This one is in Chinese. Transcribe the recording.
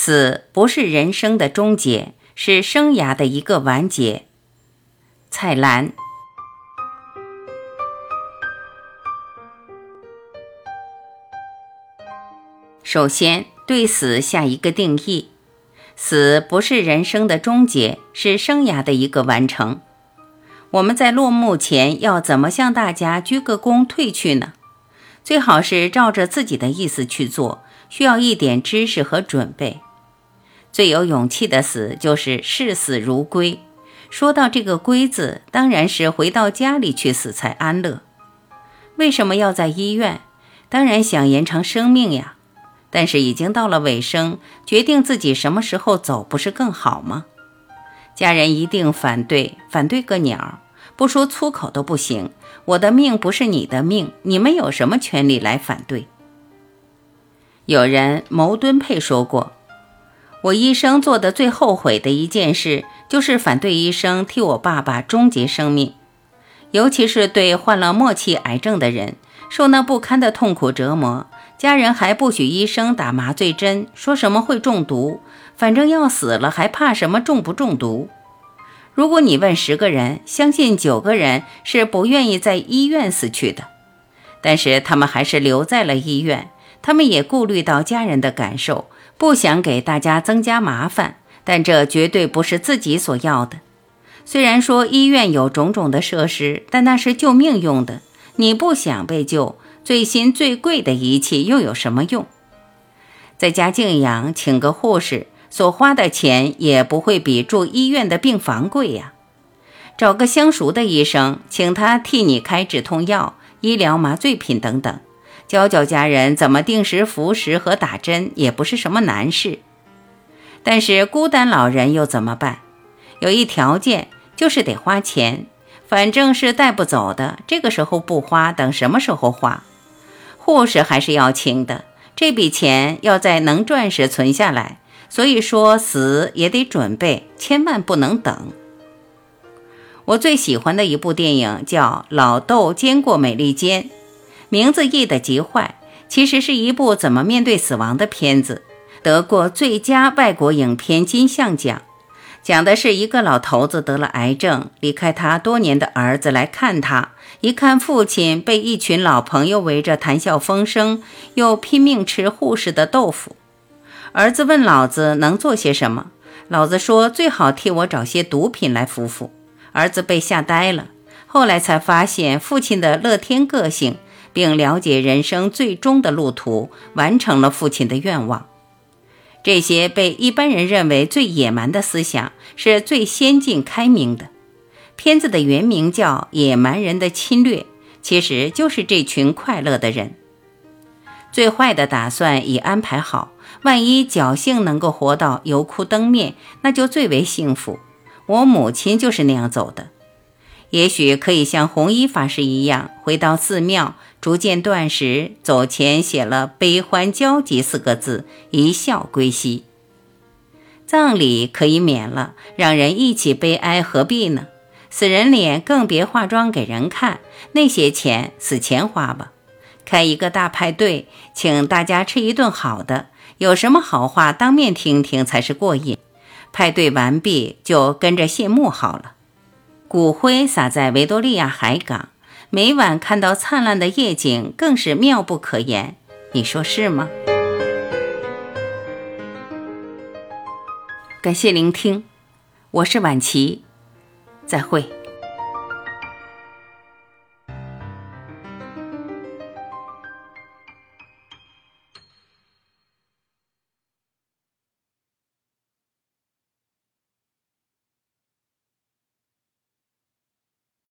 死不是人生的终结，是生涯的一个完结。蔡澜。首先，对死下一个定义，死不是人生的终结，是生涯的一个完成。我们在落幕前要怎么向大家鞠个躬退去呢？最好是照着自己的意思去做，需要一点知识和准备。最有勇气的死就是视死如归。说到这个归字，当然是回到家里去死才安乐。为什么要在医院？当然想延长生命呀。但是已经到了尾声，决定自己什么时候走不是更好吗？家人一定反对，反对个鸟，不说粗口都不行。我的命不是你的命，你们有什么权利来反对？有人牟敦佩说过，我一生做的最后悔的一件事，就是反对医生替我爸爸终结生命。尤其是对患了末期癌症的人，受那不堪的痛苦折磨，家人还不许医生打麻醉针，说什么会中毒，反正要死了还怕什么中不中毒。如果你问10个人，相信9个人是不愿意在医院死去的，但是他们还是留在了医院。他们也顾虑到家人的感受，不想给大家增加麻烦，但这绝对不是自己所要的。虽然说医院有种种的设施，但那是救命用的，你不想被救，最新最贵的仪器又有什么用？在家静养，请个护士，所花的钱也不会比住医院的病房贵呀。找个相熟的医生，请他替你开止痛药、医疗麻醉品等等，教家人怎么定时服食和打针，也不是什么难事。但是孤单老人又怎么办？有一条件，就是得花钱，反正是带不走的，这个时候不花，等什么时候花？护士还是要请的，这笔钱要在能赚时存下来，所以说死也得准备，千万不能等。我最喜欢的一部电影叫《老豆煎过美利坚》，名字译得极坏，其实是一部怎么面对死亡的片子，得过最佳外国影片金像奖。讲的是一个老头子得了癌症，离开他多年的儿子来看他，一看父亲被一群老朋友围着谈笑风生，又拼命吃护士的豆腐。儿子问老子能做些什么，老子说最好替我找些毒品来服服。儿子被吓呆了，后来才发现父亲的乐天个性，并了解人生最终的路途，完成了父亲的愿望。这些被一般人认为最野蛮的思想，是最先进开明的。片子的原名叫《野蛮人的侵略》，其实就是这群快乐的人。最坏的打算已安排好，万一侥幸能够活到油枯灯灭，那就最为幸福。我母亲就是那样走的。也许可以像弘一法师一样，回到寺庙，逐渐断食，走前写了悲欢交集4个字，一笑归西。葬礼可以免了，让人一起悲哀，何必呢？死人脸更别化妆给人看，那些钱死前花吧。开一个大派对，请大家吃一顿好的，有什么好话当面听听才是过瘾。派对完毕就跟着谢幕好了。骨灰撒在维多利亚海港，每晚看到灿烂的夜景，更是妙不可言。你说是吗？感谢聆听，我是婉琪，再会。